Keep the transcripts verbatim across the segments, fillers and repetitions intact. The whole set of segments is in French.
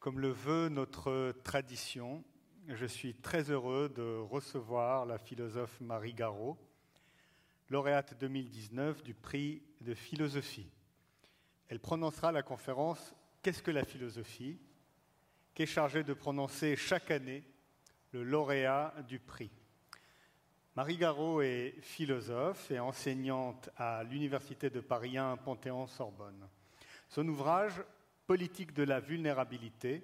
Comme le veut notre tradition, je suis très heureux de recevoir la philosophe Marie Garot, lauréate deux mille dix-neuf du prix de philosophie. Elle prononcera la conférence « Qu'est-ce que la philosophie ?», qu'est chargée de prononcer chaque année le lauréat du prix. Marie Garot est philosophe et enseignante à l'Université de Paris un Panthéon-Sorbonne. Son ouvrage « Politique de la vulnérabilité »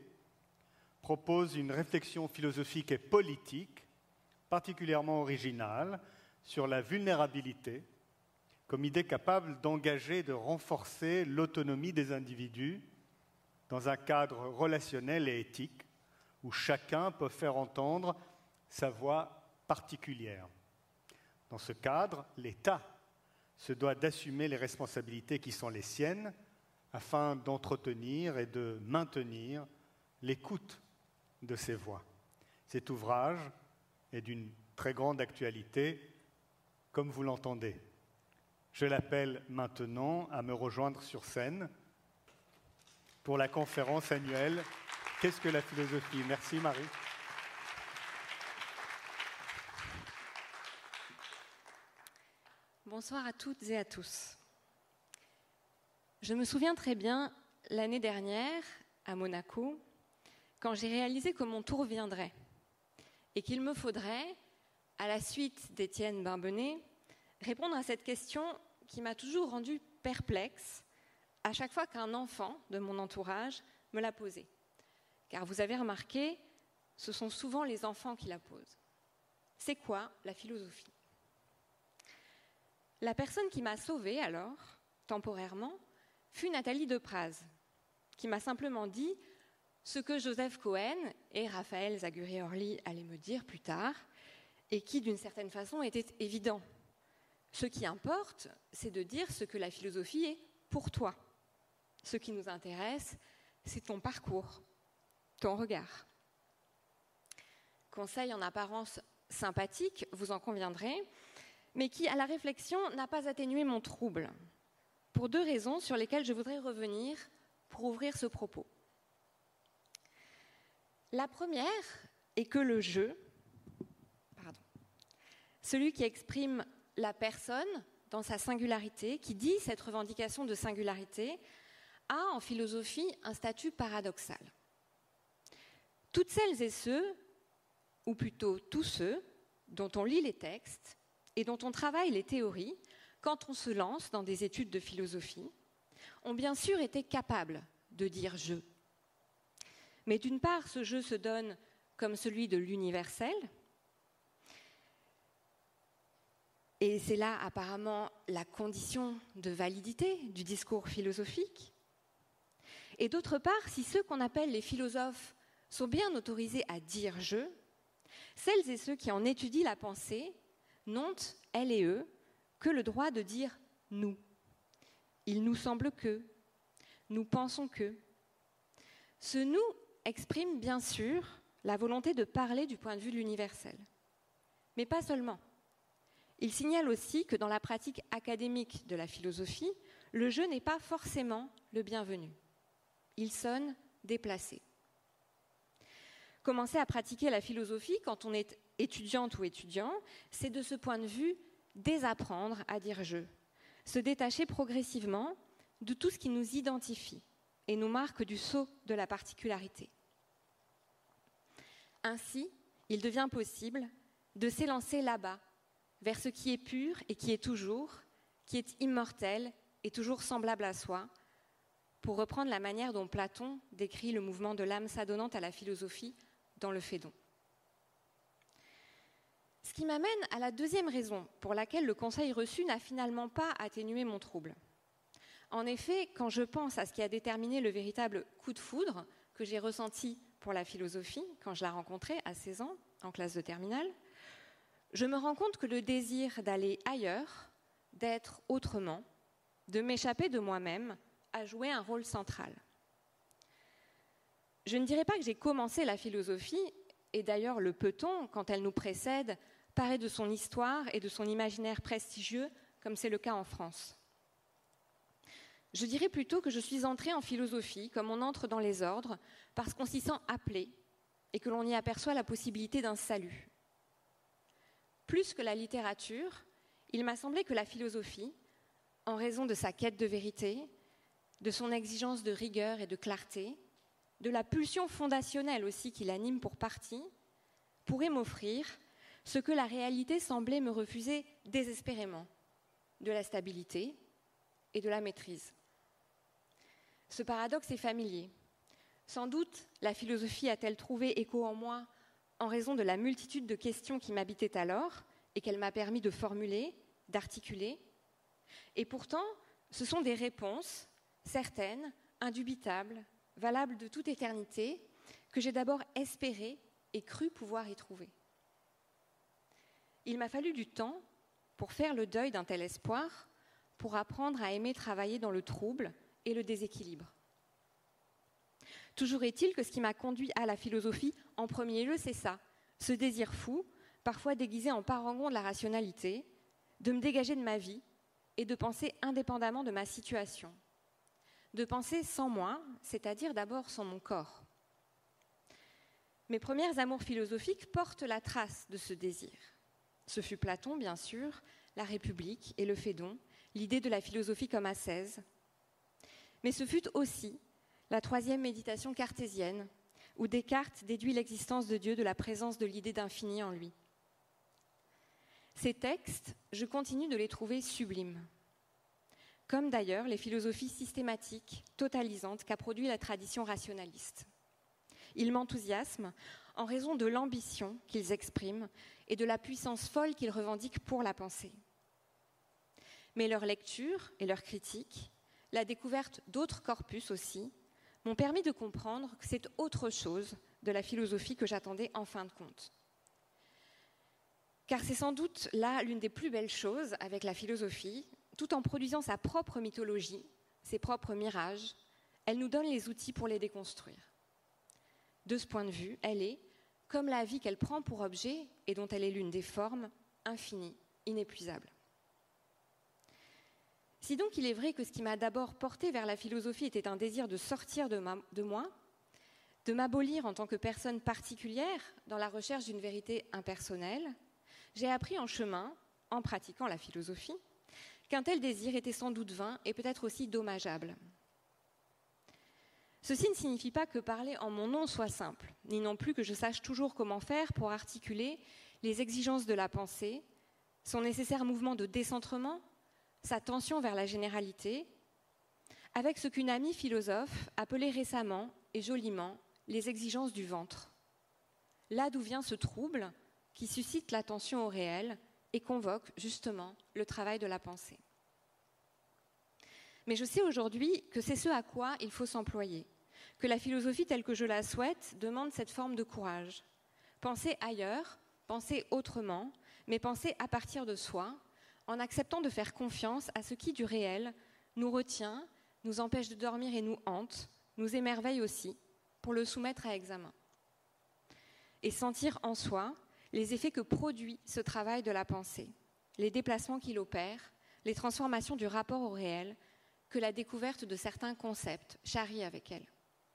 propose une réflexion philosophique et politique particulièrement originale sur la vulnérabilité comme idée capable d'engager et de renforcer l'autonomie des individus dans un cadre relationnel et éthique où chacun peut faire entendre sa voix particulière. Dans ce cadre, l'État se doit d'assumer les responsabilités qui sont les siennes afin d'entretenir et de maintenir l'écoute de ces voix. Cet ouvrage est d'une très grande actualité, comme vous l'entendez. Je l'appelle maintenant à me rejoindre sur scène pour la conférence annuelle « Qu'est-ce que la philosophie ?» Merci Marie. Bonsoir à toutes et à tous. Je me souviens très bien, l'année dernière, à Monaco, quand j'ai réalisé que mon tour viendrait et qu'il me faudrait, à la suite d'Étienne Barbenet, répondre à cette question qui m'a toujours rendue perplexe à chaque fois qu'un enfant de mon entourage me l'a posée. Car vous avez remarqué, ce sont souvent les enfants qui la posent. C'est quoi la philosophie ? La personne qui m'a sauvée alors, temporairement, fut Nathalie Depraz, qui m'a simplement dit ce que Joseph Cohen et Raphaël Zaguri-Orly allaient me dire plus tard, et qui, d'une certaine façon, était évident. Ce qui importe, c'est de dire ce que la philosophie est pour toi. Ce qui nous intéresse, c'est ton parcours, ton regard. Conseil en apparence sympathique, vous en conviendrez, mais qui, à la réflexion, n'a pas atténué mon trouble, pour deux raisons sur lesquelles je voudrais revenir pour ouvrir ce propos. La première est que le je, pardon, celui qui exprime la personne dans sa singularité, qui dit cette revendication de singularité, a en philosophie un statut paradoxal. Toutes celles et ceux, ou plutôt tous ceux, dont on lit les textes, et dont on travaille les théories, quand on se lance dans des études de philosophie, ont bien sûr été capables de dire « je ». Mais d'une part, ce « je » se donne comme celui de l'universel, et c'est là apparemment la condition de validité du discours philosophique. Et d'autre part, si ceux qu'on appelle les philosophes sont bien autorisés à dire « je », celles et ceux qui en étudient la pensée n'ont, elles et eux, que le droit de dire « nous ». Il nous semble que, nous pensons que. Ce « nous » exprime bien sûr la volonté de parler du point de vue de l'universel. Mais pas seulement. Il signale aussi que dans la pratique académique de la philosophie, le « je » n'est pas forcément le bienvenu. Il sonne déplacé. Commencer à pratiquer la philosophie quand on est étudiante ou étudiant, c'est de ce point de vue désapprendre à dire « je », se détacher progressivement de tout ce qui nous identifie et nous marque du sceau de la particularité. Ainsi, il devient possible de s'élancer là-bas, vers ce qui est pur et qui est toujours, qui est immortel et toujours semblable à soi, pour reprendre la manière dont Platon décrit le mouvement de l'âme s'adonnant à la philosophie dans le Phédon. Ce qui m'amène à la deuxième raison pour laquelle le conseil reçu n'a finalement pas atténué mon trouble. En effet, quand je pense à ce qui a déterminé le véritable coup de foudre que j'ai ressenti pour la philosophie, quand je la rencontrais à seize ans, en classe de terminale, je me rends compte que le désir d'aller ailleurs, d'être autrement, de m'échapper de moi-même, a joué un rôle central. Je ne dirais pas que j'ai commencé la philosophie, et d'ailleurs le peut-on, quand elle nous précède, parée de son histoire et de son imaginaire prestigieux, comme c'est le cas en France. Je dirais plutôt que je suis entrée en philosophie, comme on entre dans les ordres, parce qu'on s'y sent appelé et que l'on y aperçoit la possibilité d'un salut. Plus que la littérature, il m'a semblé que la philosophie, en raison de sa quête de vérité, de son exigence de rigueur et de clarté, de la pulsion fondationnelle aussi qui l'anime pour partie, pourrait m'offrir ce que la réalité semblait me refuser désespérément, de la stabilité et de la maîtrise. Ce paradoxe est familier. Sans doute, la philosophie a-t-elle trouvé écho en moi en raison de la multitude de questions qui m'habitaient alors et qu'elle m'a permis de formuler, d'articuler. Et pourtant, ce sont des réponses certaines, indubitables, valables de toute éternité, que j'ai d'abord espéré et cru pouvoir y trouver. Il m'a fallu du temps pour faire le deuil d'un tel espoir, pour apprendre à aimer travailler dans le trouble et le déséquilibre. Toujours est-il que ce qui m'a conduit à la philosophie, en premier lieu, c'est ça, ce désir fou, parfois déguisé en parangon de la rationalité, de me dégager de ma vie et de penser indépendamment de ma situation. De penser sans moi, c'est-à-dire d'abord sans mon corps. Mes premiers amours philosophiques portent la trace de ce désir. Ce fut Platon, bien sûr, la République et le Phédon, l'idée de la philosophie comme ascèse. Mais ce fut aussi la troisième méditation cartésienne, où Descartes déduit l'existence de Dieu de la présence de l'idée d'infini en lui. Ces textes, je continue de les trouver sublimes. Comme d'ailleurs les philosophies systématiques, totalisantes qu'a produit la tradition rationaliste. Ils m'enthousiasment en raison de l'ambition qu'ils expriment et de la puissance folle qu'ils revendiquent pour la pensée. Mais leur lecture et leur critique, la découverte d'autres corpus aussi, m'ont permis de comprendre que c'est autre chose de la philosophie que j'attendais en fin de compte. Car c'est sans doute là l'une des plus belles choses avec la philosophie, tout en produisant sa propre mythologie, ses propres mirages, elle nous donne les outils pour les déconstruire. De ce point de vue, elle est, comme la vie qu'elle prend pour objet et dont elle est l'une des formes, infinie, inépuisable. Si donc il est vrai que ce qui m'a d'abord porté vers la philosophie était un désir de sortir de, ma, de moi, de m'abolir en tant que personne particulière dans la recherche d'une vérité impersonnelle, j'ai appris en chemin, en pratiquant la philosophie, qu'un tel désir était sans doute vain et peut-être aussi dommageable. Ceci ne signifie pas que parler en mon nom soit simple, ni non plus que je sache toujours comment faire pour articuler les exigences de la pensée, son nécessaire mouvement de décentrement, sa tension vers la généralité, avec ce qu'une amie philosophe appelait récemment et joliment les exigences du ventre. Là d'où vient ce trouble qui suscite l'attention au réel et convoque justement le travail de la pensée. Mais je sais aujourd'hui que c'est ce à quoi il faut s'employer, que la philosophie telle que je la souhaite demande cette forme de courage. Penser ailleurs, penser autrement, mais penser à partir de soi, en acceptant de faire confiance à ce qui, du réel, nous retient, nous empêche de dormir et nous hante, nous émerveille aussi, pour le soumettre à examen. Et sentir en soi les effets que produit ce travail de la pensée, les déplacements qu'il opère, les transformations du rapport au réel, que la découverte de certains concepts charrie avec elle.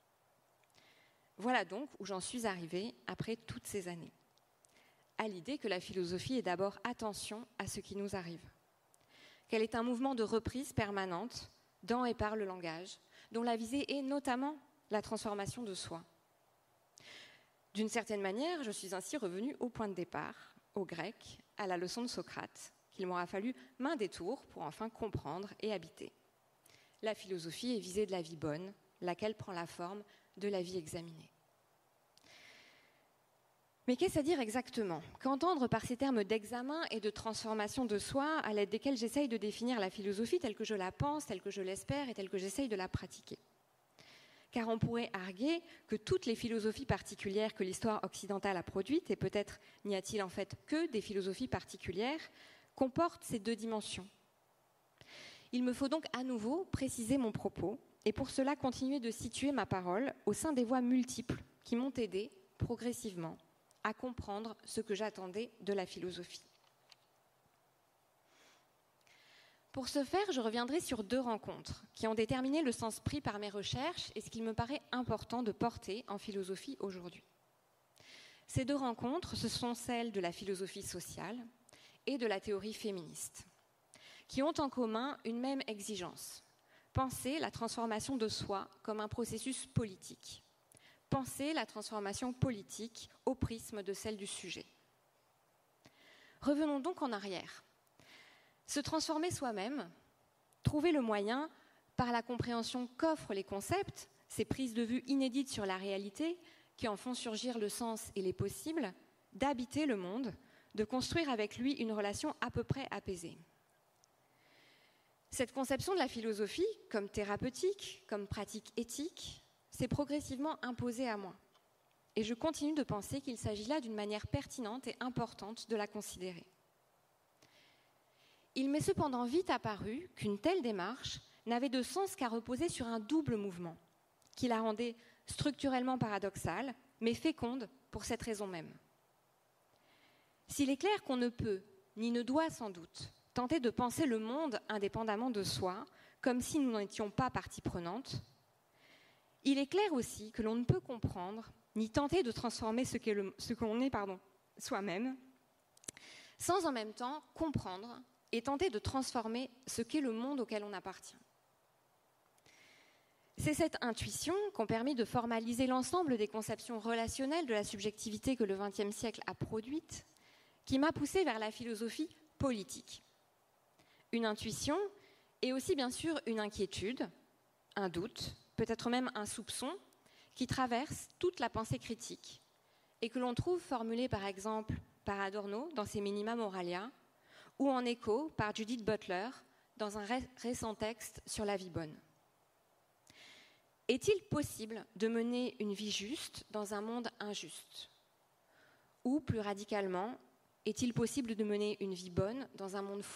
Voilà donc où j'en suis arrivée après toutes ces années, à l'idée que la philosophie est d'abord attention à ce qui nous arrive, qu'elle est un mouvement de reprise permanente dans et par le langage, dont la visée est notamment la transformation de soi. D'une certaine manière, je suis ainsi revenue au point de départ, au grec, à la leçon de Socrate, qu'il m'aura fallu maint détour pour enfin comprendre et habiter. La philosophie est visée de la vie bonne, laquelle prend la forme de la vie examinée. Mais qu'est-ce à dire exactement ? Qu'entendre par ces termes d'examen et de transformation de soi, à l'aide desquels j'essaye de définir la philosophie telle que je la pense, telle que je l'espère et telle que j'essaye de la pratiquer ? Car on pourrait arguer que toutes les philosophies particulières que l'histoire occidentale a produites, et peut-être n'y a-t-il en fait que des philosophies particulières, comportent ces deux dimensions. Il me faut donc à nouveau préciser mon propos, et pour cela continuer de situer ma parole au sein des voies multiples qui m'ont aidé, progressivement, à comprendre ce que j'attendais de la philosophie. Pour ce faire, je reviendrai sur deux rencontres qui ont déterminé le sens pris par mes recherches et ce qu'il me paraît important de porter en philosophie aujourd'hui. Ces deux rencontres, ce sont celles de la philosophie sociale et de la théorie féministe, qui ont en commun une même exigence: penser la transformation de soi comme un processus politique, penser la transformation politique au prisme de celle du sujet. Revenons donc en arrière. Se transformer soi-même, trouver le moyen, par la compréhension qu'offrent les concepts, ces prises de vue inédites sur la réalité, qui en font surgir le sens et les possibles, d'habiter le monde, de construire avec lui une relation à peu près apaisée. Cette conception de la philosophie, comme thérapeutique, comme pratique éthique, s'est progressivement imposée à moi. Et je continue de penser qu'il s'agit là d'une manière pertinente et importante de la considérer. Il m'est cependant vite apparu qu'une telle démarche n'avait de sens qu'à reposer sur un double mouvement, qui la rendait structurellement paradoxale, mais féconde pour cette raison même. S'il est clair qu'on ne peut, ni ne doit sans doute, tenter de penser le monde indépendamment de soi, comme si nous n'en étions pas partie prenante, il est clair aussi que l'on ne peut comprendre, ni tenter de transformer ce, qu'est le, ce que l'on est pardon, soi-même, sans en même temps comprendre et tenter de transformer ce qu'est le monde auquel on appartient. C'est cette intuition qu'ont permis de formaliser l'ensemble des conceptions relationnelles de la subjectivité que le vingtième siècle a produites, qui m'a poussée vers la philosophie politique. Une intuition et aussi bien sûr une inquiétude, un doute, peut-être même un soupçon, qui traverse toute la pensée critique et que l'on trouve formulée par exemple par Adorno dans ses Minima Moralia, ou en écho par Judith Butler dans un ré- récent texte sur la vie bonne. Est-il possible de mener une vie juste dans un monde injuste ? Ou, plus radicalement, est-il possible de mener une vie bonne dans un monde faux ?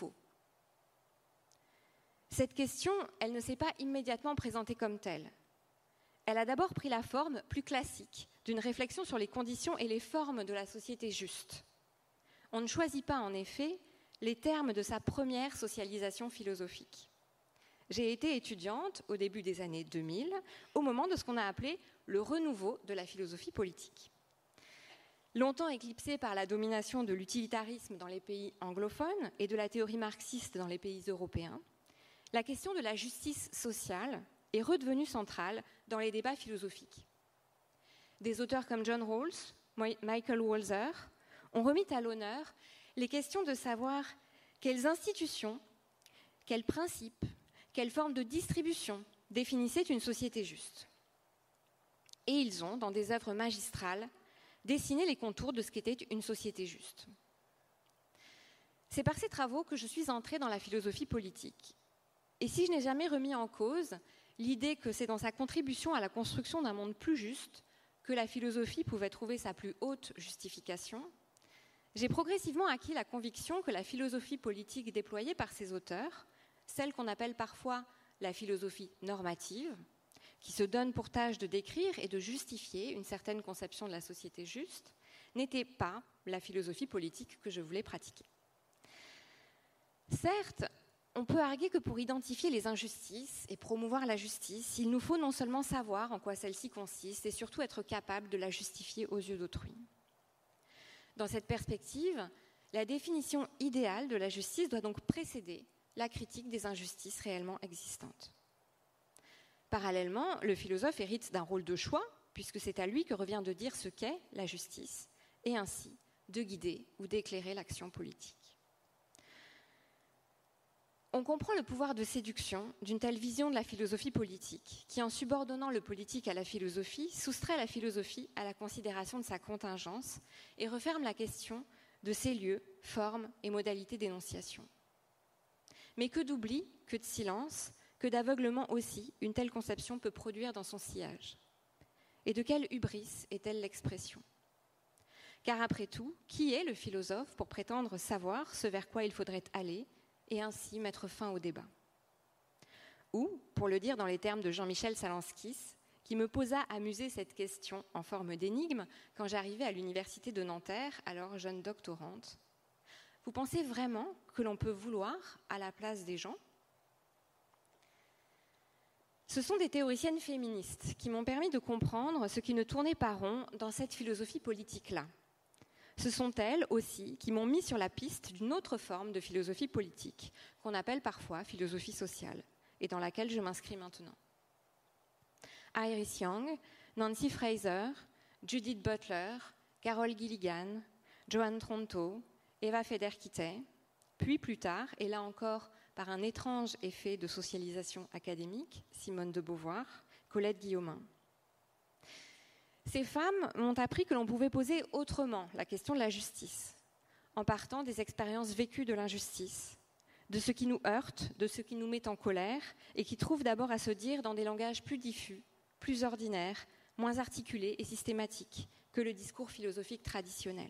Cette question, elle ne s'est pas immédiatement présentée comme telle. Elle a d'abord pris la forme plus classique d'une réflexion sur les conditions et les formes de la société juste. On ne choisit pas, en effet, les termes de sa première socialisation philosophique. J'ai été étudiante au début des années deux mille, au moment de ce qu'on a appelé le renouveau de la philosophie politique. Longtemps éclipsée par la domination de l'utilitarisme dans les pays anglophones et de la théorie marxiste dans les pays européens, la question de la justice sociale est redevenue centrale dans les débats philosophiques. Des auteurs comme John Rawls, Michael Walzer ont remis à l'honneur les questions de savoir quelles institutions, quels principes, quelles formes de distribution définissaient une société juste. Et ils ont, dans des œuvres magistrales, dessiné les contours de ce qu'était une société juste. C'est par ces travaux que je suis entrée dans la philosophie politique. Et si je n'ai jamais remis en cause l'idée que c'est dans sa contribution à la construction d'un monde plus juste que la philosophie pouvait trouver sa plus haute justification, j'ai progressivement acquis la conviction que la philosophie politique déployée par ces auteurs, celle qu'on appelle parfois la philosophie normative, qui se donne pour tâche de décrire et de justifier une certaine conception de la société juste, n'était pas la philosophie politique que je voulais pratiquer. Certes, on peut arguer que pour identifier les injustices et promouvoir la justice, il nous faut non seulement savoir en quoi celle-ci consiste, et surtout être capable de la justifier aux yeux d'autrui. Dans cette perspective, la définition idéale de la justice doit donc précéder la critique des injustices réellement existantes. Parallèlement, le philosophe hérite d'un rôle de choix, puisque c'est à lui que revient de dire ce qu'est la justice, et ainsi de guider ou d'éclairer l'action politique. On comprend le pouvoir de séduction d'une telle vision de la philosophie politique, qui, en subordonnant le politique à la philosophie, soustrait la philosophie à la considération de sa contingence et referme la question de ses lieux, formes et modalités d'énonciation. Mais que d'oubli, que de silence, que d'aveuglement aussi une telle conception peut produire dans son sillage. Et de quelle hubris est-elle l'expression ? Car après tout, qui est le philosophe pour prétendre savoir ce vers quoi il faudrait aller et ainsi mettre fin au débat ? Ou, pour le dire dans les termes de Jean-Michel Salanskis, qui me posa à muser cette question en forme d'énigme quand j'arrivais à l'université de Nanterre, alors jeune doctorante, vous pensez vraiment que l'on peut vouloir, à la place des gens, Ce sont des théoriciennes féministes qui m'ont permis de comprendre ce qui ne tournait pas rond dans cette philosophie politique-là. Ce sont elles aussi qui m'ont mis sur la piste d'une autre forme de philosophie politique, qu'on appelle parfois philosophie sociale, et dans laquelle je m'inscris maintenant. Iris Young, Nancy Fraser, Judith Butler, Carol Gilligan, Joan Tronto, Eva Feder-Kitay, puis plus tard, et là encore par un étrange effet de socialisation académique, Simone de Beauvoir, Colette Guillaumin. Ces femmes m'ont appris que l'on pouvait poser autrement la question de la justice, en partant des expériences vécues de l'injustice, de ce qui nous heurte, de ce qui nous met en colère, et qui trouve d'abord à se dire dans des langages plus diffus, plus ordinaires, moins articulés et systématiques que le discours philosophique traditionnel.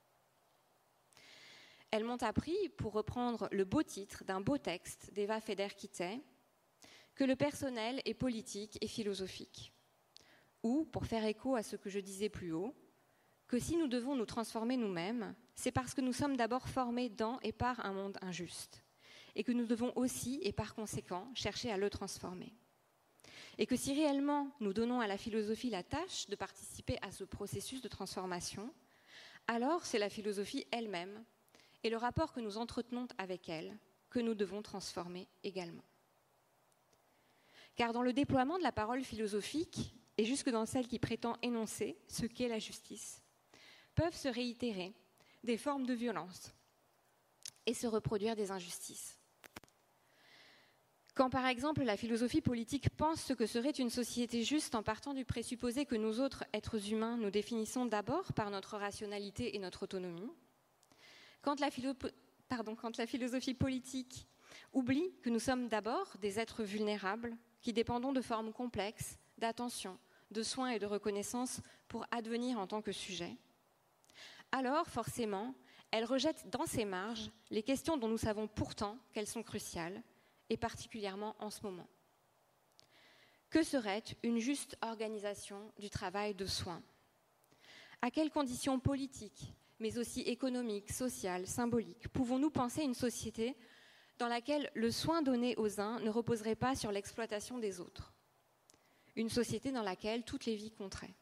Elles m'ont appris, pour reprendre le beau titre d'un beau texte d'Eva Feder-Kitay, que le personnel est politique et philosophique. Ou, pour faire écho à ce que je disais plus haut, que si nous devons nous transformer nous-mêmes, c'est parce que nous sommes d'abord formés dans et par un monde injuste, et que nous devons aussi, et par conséquent, chercher à le transformer. Et que si réellement nous donnons à la philosophie la tâche de participer à ce processus de transformation, alors c'est la philosophie elle-même et le rapport que nous entretenons avec elle que nous devons transformer également. Car dans le déploiement de la parole philosophique, et jusque dans celle qui prétend énoncer ce qu'est la justice, peuvent se réitérer des formes de violence et se reproduire des injustices. Quand par exemple la philosophie politique pense ce que serait une société juste en partant du présupposé que nous autres êtres humains nous définissons d'abord par notre rationalité et notre autonomie, quand la, philo- pardon, quand la philosophie politique oublie que nous sommes d'abord des êtres vulnérables qui dépendons de formes complexes, d'attention, de soins et de reconnaissance pour advenir en tant que sujet, alors forcément, elle rejette dans ses marges les questions dont nous savons pourtant qu'elles sont cruciales, et particulièrement en ce moment. Que serait une juste organisation du travail de soins ? À quelles conditions politiques, mais aussi économiques, sociales, symboliques, pouvons-nous penser une société dans laquelle le soin donné aux uns ne reposerait pas sur l'exploitation des autres ? Une société dans laquelle toutes les vies compteraient.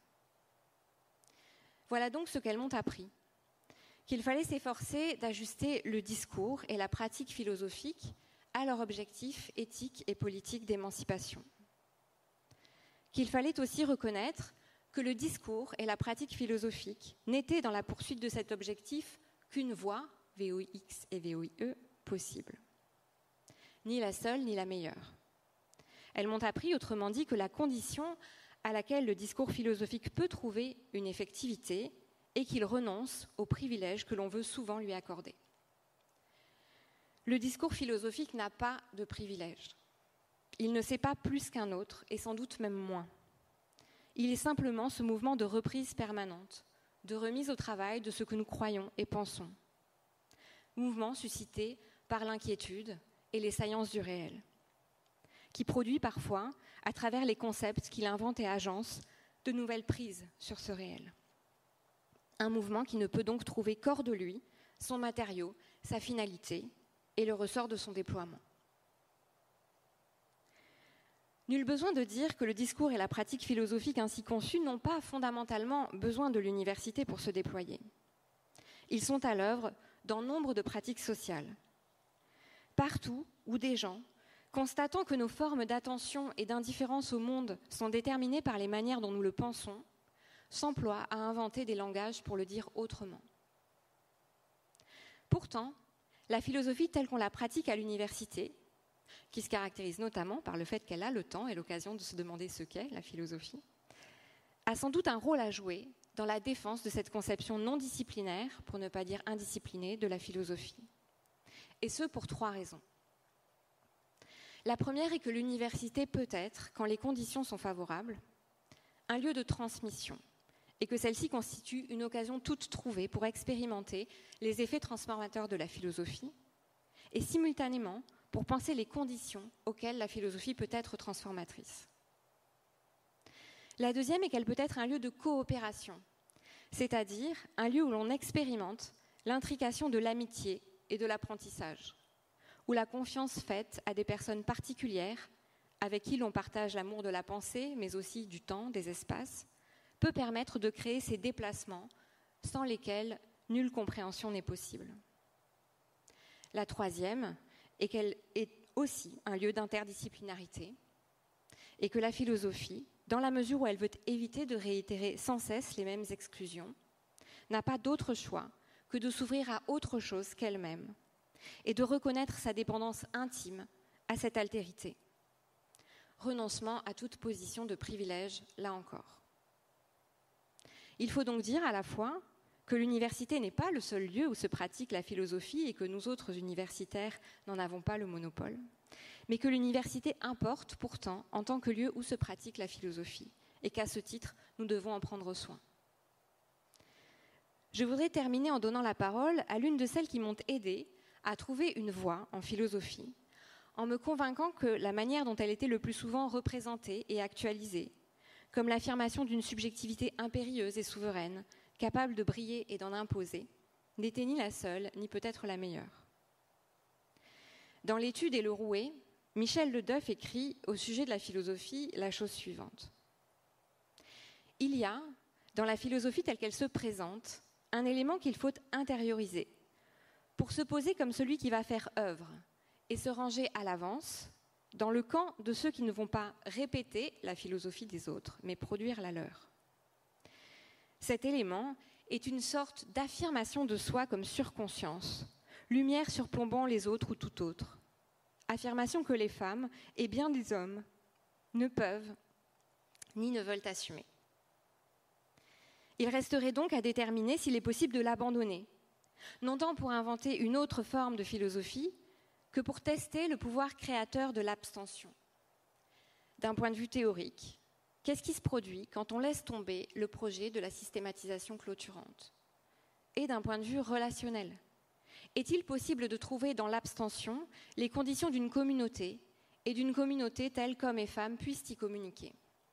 Voilà donc ce qu'elles m'ont appris, qu'il fallait s'efforcer d'ajuster le discours et la pratique philosophique à leur objectif éthique et politique d'émancipation. Qu'il fallait aussi reconnaître que le discours et la pratique philosophique n'étaient dans la poursuite de cet objectif qu'une voie, V O X et V O I E, possible. Ni la seule, ni la meilleure. Elles m'ont appris, autrement dit, que la condition à laquelle le discours philosophique peut trouver une effectivité est qu'il renonce aux privilèges que l'on veut souvent lui accorder. Le discours philosophique n'a pas de privilèges. Il ne sait pas plus qu'un autre, et sans doute même moins. Il est simplement ce mouvement de reprise permanente, de remise au travail de ce que nous croyons et pensons. Mouvement suscité par l'inquiétude et les saillances du réel, qui produit parfois, à travers les concepts qu'il invente et agence, de nouvelles prises sur ce réel. Un mouvement qui ne peut donc trouver qu'hors de lui son matériau, sa finalité et le ressort de son déploiement. Nul besoin de dire que le discours et la pratique philosophique ainsi conçus n'ont pas fondamentalement besoin de l'université pour se déployer. Ils sont à l'œuvre dans nombre de pratiques sociales. Partout où des gens, constatant que nos formes d'attention et d'indifférence au monde sont déterminées par les manières dont nous le pensons, s'emploient à inventer des langages pour le dire autrement. Pourtant, la philosophie telle qu'on la pratique à l'université, qui se caractérise notamment par le fait qu'elle a le temps et l'occasion de se demander ce qu'est la philosophie, a sans doute un rôle à jouer dans la défense de cette conception non disciplinaire, pour ne pas dire indisciplinée, de la philosophie. Et ce, pour trois raisons. La première est que l'université peut être, quand les conditions sont favorables, un lieu de transmission, et que celle-ci constitue une occasion toute trouvée pour expérimenter les effets transformateurs de la philosophie, et simultanément pour penser les conditions auxquelles la philosophie peut être transformatrice. La deuxième est qu'elle peut être un lieu de coopération, c'est-à-dire un lieu où l'on expérimente l'intrication de l'amitié et de l'apprentissage, où la confiance faite à des personnes particulières avec qui l'on partage l'amour de la pensée, mais aussi du temps, des espaces, peut permettre de créer ces déplacements sans lesquels nulle compréhension n'est possible. La troisième est qu'elle est aussi un lieu d'interdisciplinarité et que la philosophie, dans la mesure où elle veut éviter de réitérer sans cesse les mêmes exclusions, n'a pas d'autre choix que de s'ouvrir à autre chose qu'elle-même et de reconnaître sa dépendance intime à cette altérité. Renoncement à toute position de privilège, là encore. Il faut donc dire à la fois que l'université n'est pas le seul lieu où se pratique la philosophie et que nous autres universitaires n'en avons pas le monopole, mais que l'université importe pourtant en tant que lieu où se pratique la philosophie et qu'à ce titre, nous devons en prendre soin. Je voudrais terminer en donnant la parole à l'une de celles qui m'ont aidée à trouver une voie en philosophie, en me convainquant que la manière dont elle était le plus souvent représentée et actualisée, comme l'affirmation d'une subjectivité impérieuse et souveraine, capable de briller et d'en imposer, n'était ni la seule, ni peut-être la meilleure. Dans l'étude et le rouet, Michel Le Deuf écrit au sujet de la philosophie la chose suivante. Il y a, dans la philosophie telle qu'elle se présente, un élément qu'il faut intérioriser, pour se poser comme celui qui va faire œuvre et se ranger à l'avance dans le camp de ceux qui ne vont pas répéter la philosophie des autres, mais produire la leur. Cet élément est une sorte d'affirmation de soi comme surconscience, lumière surplombant les autres ou tout autre. Affirmation que les femmes, et bien des hommes, ne peuvent ni ne veulent assumer. Il resterait donc à déterminer s'il est possible de l'abandonner, non tant pour inventer une autre forme de philosophie, que pour tester le pouvoir créateur de l'abstention. D'un point de vue théorique, qu'est-ce qui se produit quand on laisse tomber le projet de la systématisation clôturante ? Et d'un point de vue relationnel, est-il possible de trouver dans l'abstention les conditions d'une communauté et d'une communauté telle qu'hommes et femmes puissent y communiquer ?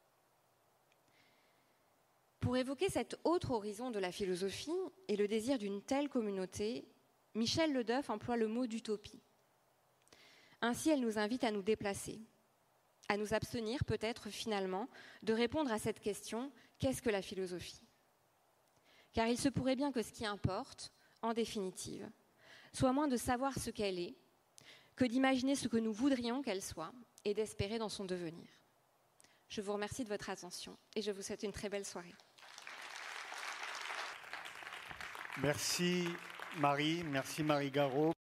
Pour évoquer cet autre horizon de la philosophie et le désir d'une telle communauté, Michel Le Deuf emploie le mot d'utopie. Ainsi, elle nous invite à nous déplacer, à nous abstenir peut-être finalement de répondre à cette question « qu'est-ce que la philosophie ?» Car il se pourrait bien que ce qui importe, en définitive, soit moins de savoir ce qu'elle est, que d'imaginer ce que nous voudrions qu'elle soit et d'espérer dans son devenir. Je vous remercie de votre attention et je vous souhaite une très belle soirée. Merci Marie, merci Marie Garot.